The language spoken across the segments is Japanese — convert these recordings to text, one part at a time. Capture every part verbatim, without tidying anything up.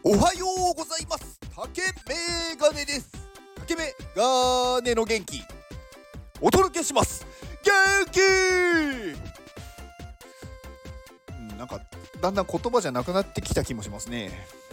おはようございます。竹メガネです。竹メガネの元気お届けします。元気、うん、なんかだんだん言葉じゃなくなってきた気もしますね。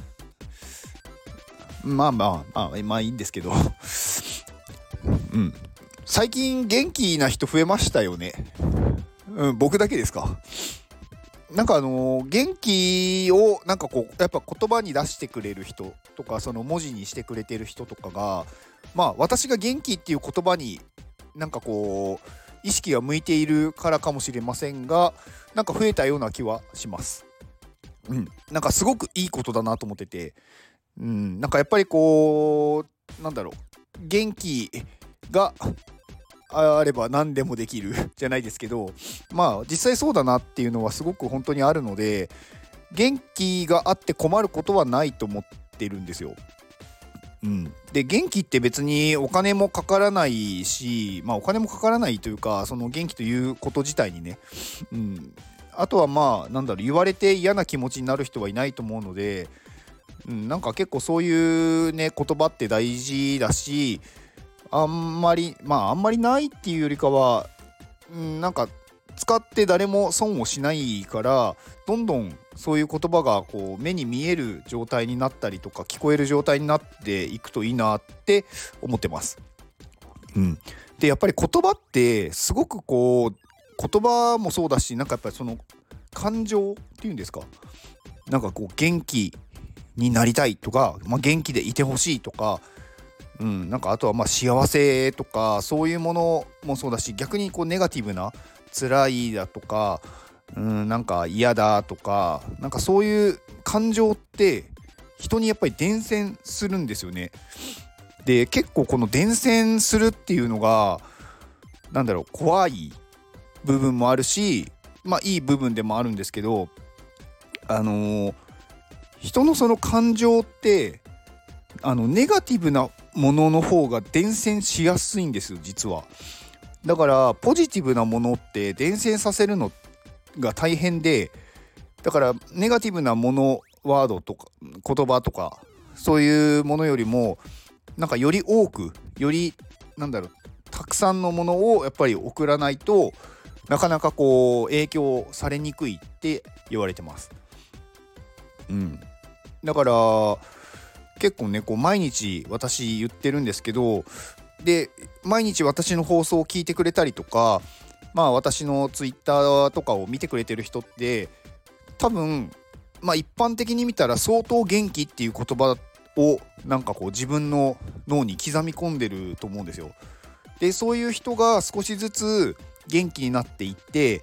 まあまあまあまあいいんですけどうん最近元気な人増えましたよね。うん僕だけですか。なんかあのー、元気をなんかこうやっぱ言葉に出してくれる人とか、その文字にしてくれてる人とかが、まあ私が元気っていう言葉になんかこう意識が向いているからかもしれませんが、なんか増えたような気はします。うん、なんかすごくいいことだなと思ってて、うん、なんかやっぱりこうなんだろう、元気があれば何でもできるじゃないですけど、まあ実際そうだなっていうのはすごく本当にあるので、元気があって困ることはないと思ってるんですよ。うん、で元気って別にお金もかからないし、まあお金もかからないというか、その元気ということ自体にね、うん、あとはまあなんだろう、言われて嫌な気持ちになる人はいないと思うので、うん、なんか結構そういうね言葉って大事だし、あんまりまああんまりないっていうよりかは、うん、なんか使って誰も損をしないから、どんどんそういう言葉がこう目に見える状態になったりとか聞こえる状態になっていくといいなって思ってます。うん、でやっぱり言葉ってすごくこう言葉もそうだし、なんかやっぱりその感情っていうんですか、なんかこう元気になりたいとか、まあ、元気でいてほしいとか、うん、なんかあとはまあ幸せとかそういうものもそうだし、逆にこうネガティブな辛いだとか、うん、なんか嫌だとか、なんかそういう感情って人にやっぱり伝染するんですよね。で結構この伝染するっていうのがなんだろう、怖い部分もあるし、まあいい部分でもあるんですけど、あのー、人のその感情ってあのネガティブなものの方が伝染しやすいんですよ、実は。だからポジティブなものって伝染させるのが大変で、だからネガティブなもの、ワードとか言葉とかそういうものよりも、なんかより多く、よりなんだろう、たくさんのものをやっぱり送らないとなかなかこう影響されにくいって言われてます。うん、だから結構ねこう毎日私言ってるんですけど、で毎日私の放送を聞いてくれたりとか、まあ私のツイッターとかを見てくれてる人って多分まあ一般的に見たら相当元気っていう言葉をなんかこう自分の脳に刻み込んでると思うんですよ。でそういう人が少しずつ元気になっていって、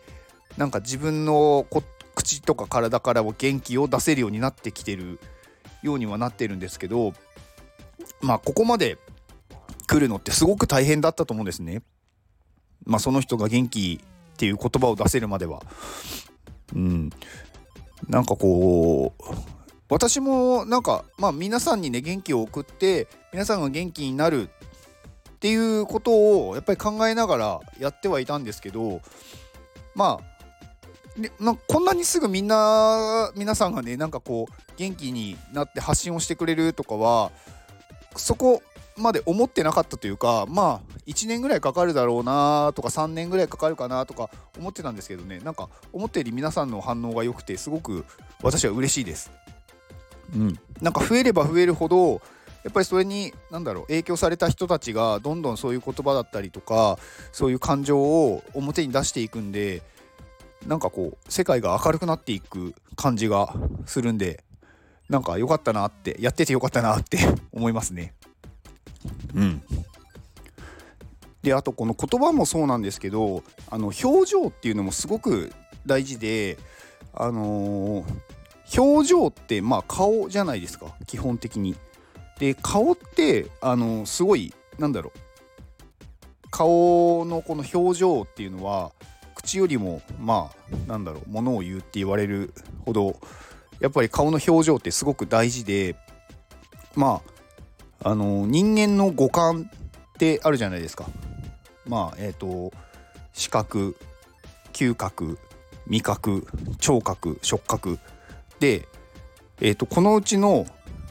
なんか自分のこ口とか体からも元気を出せるようになってきてるようにはなってるんですけど、まあここまで来るのってすごく大変だったと思うんですね。まあその人が元気っていう言葉を出せるまでは、うん、なんかこう私もなんかまあ皆さんにね元気を送って皆さんが元気になるっていうことをやっぱり考えながらやってはいたんですけど、まあでなこんなにすぐみんな皆さんがねなんかこう元気になって発信をしてくれるとかはそこまで思ってなかったというか、まあいちねんぐらいかかるだろうなとかさんねんぐらいかかるかなとか思ってたんですけどね、なんか思ったより皆さんの反応が良くてすごく私は嬉しいです。うん、なんか増えれば増えるほどやっぱりそれに何だろう影響された人たちがどんどんそういう言葉だったりとかそういう感情を表に出していくんで、なんかこう世界が明るくなっていく感じがするんで、なんか良かったなって、やってて良かったなって思いますね。うん。であとこの言葉もそうなんですけど、あの表情っていうのもすごく大事で、あのー、表情ってまあ顔じゃないですか基本的に。で顔ってあのー、すごいなんだろう、顔のこの表情っていうのは口よりもまあなんだろうものを言うって言われるほどやっぱり顔の表情ってすごく大事で、まああの人間の五感ってあるじゃないですか。まあえっと視覚、嗅覚、味覚、聴覚、触覚で、えっとこのうちの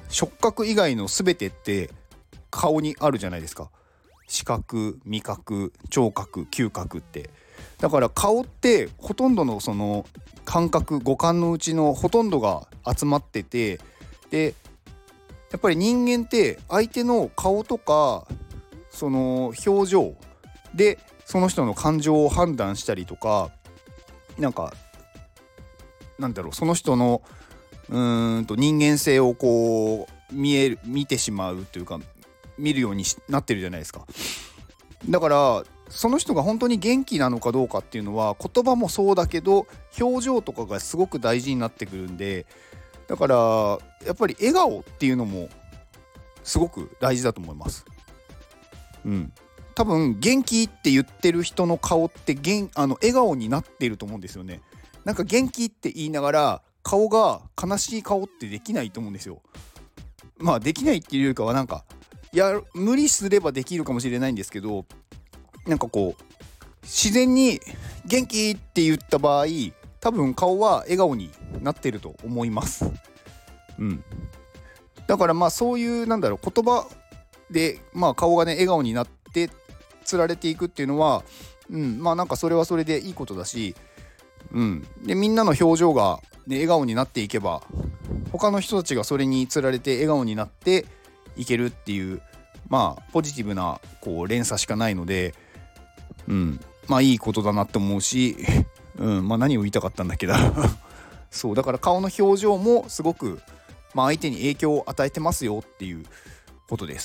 触覚以外の全てって顔にあるじゃないですか。視覚、味覚、聴覚、嗅覚って。だから顔ってほとんどのその感覚、五感のうちのほとんどが集まってて、でやっぱり人間って相手の顔とかその表情でその人の感情を判断したりとか、なんかなんだろう、その人のうーんと人間性をこう見える見てしまうというか、見るようになってるじゃないですか。だからその人が本当に元気なのかどうかっていうのは言葉もそうだけど表情とかがすごく大事になってくるんで、だからやっぱり笑顔っていうのもすごく大事だと思います。うん、多分元気って言ってる人の顔って元あの笑顔になってると思うんですよね。なんか元気って言いながら顔が悲しい顔ってできないと思うんですよ。まあできないっていうよりかはなんかや無理すればできるかもしれないんですけど、なんかこう自然に元気って言った場合多分顔は笑顔になってると思います。うん、だからまあそういうなんだろう言葉でまあ顔がね笑顔になってつられていくっていうのは、うん、まあなんかそれはそれでいいことだし、うん、でみんなの表情が、ね、笑顔になっていけば他の人たちがそれにつられて笑顔になっていけるっていう、まあポジティブなこう連鎖しかないので、うん、まあいいことだなって思うし、うん、まあ何を言いたかったんだっけどそうだから顔の表情もすごく、まあ、相手に影響を与えてますよっていうことです。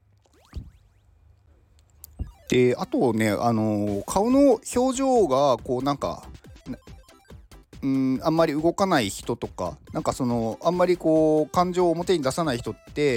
であとね、あのー、顔の表情がこうなんかうんあんまり動かない人とか、なんかそのあんまりこう感情を表に出さない人って、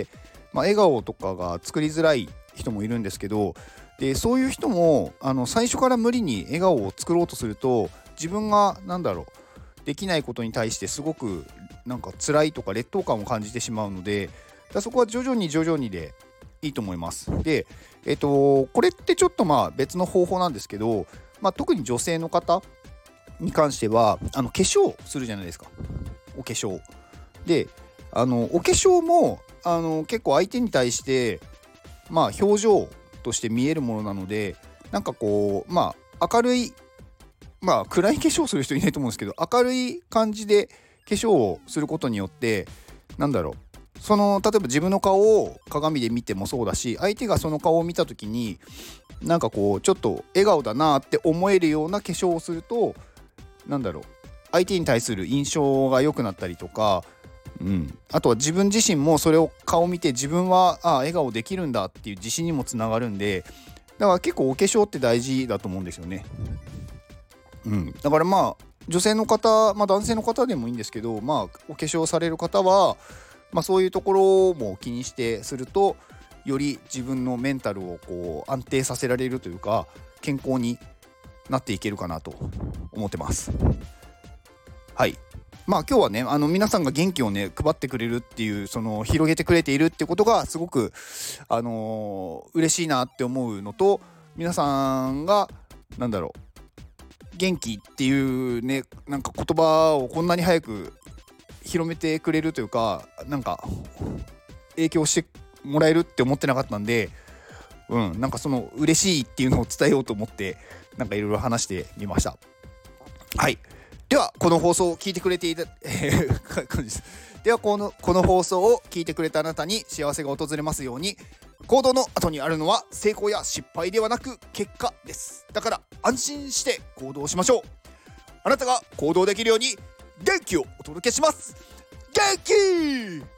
まあ、笑顔とかが作りづらい人もいるんですけど、でそういう人もあの最初から無理に笑顔を作ろうとすると自分がなんだろうできないことに対してすごくなんか辛いとか劣等感を感じてしまうので、だそこは徐々に徐々にでいいと思います。で、えっとこれってちょっとまあ別の方法なんですけど、まあ、特に女性の方に関してはあの化粧するじゃないですか。お化粧であのお化粧もあの結構相手に対してまあ表情として見えるものなので、なんかこうまあ明るいまあ暗い化粧する人いないと思うんですけど、明るい感じで化粧をすることによってなんだろう、その例えば自分の顔を鏡で見てもそうだし、相手がその顔を見た時になんかこうちょっと笑顔だなって思えるような化粧をすると、なんだろう相手に対する印象が良くなったりとか、うん、あとは自分自身もそれを顔見て自分はあ笑顔できるんだっていう自信にもつながるんで、だから結構お化粧って大事だと思うんですよね。うん、だからまあ女性の方、まあ、男性の方でもいいんですけど、まあお化粧される方は、まあ、そういうところも気にしてするとより自分のメンタルをこう安定させられるというか健康になっていけるかなと思ってます。はい、まあ今日はねあの皆さんが元気をね配ってくれるっていう、その広げてくれているってことがすごくあのー、嬉しいなって思うのと、皆さんがなんだろう元気っていうねなんか言葉をこんなに早く広めてくれるというか、なんか影響してもらえるって思ってなかったんで、うんなんかその嬉しいっていうのを伝えようと思ってなんかいろいろ話してみました。はい、ではこの放送を聞いてくれていたではこのこの放送を聞いてくれたあなたに幸せが訪れますように。行動の後にあるのは成功や失敗ではなく結果です。だから安心して行動しましょう。あなたが行動できるように元気をお届けします。元気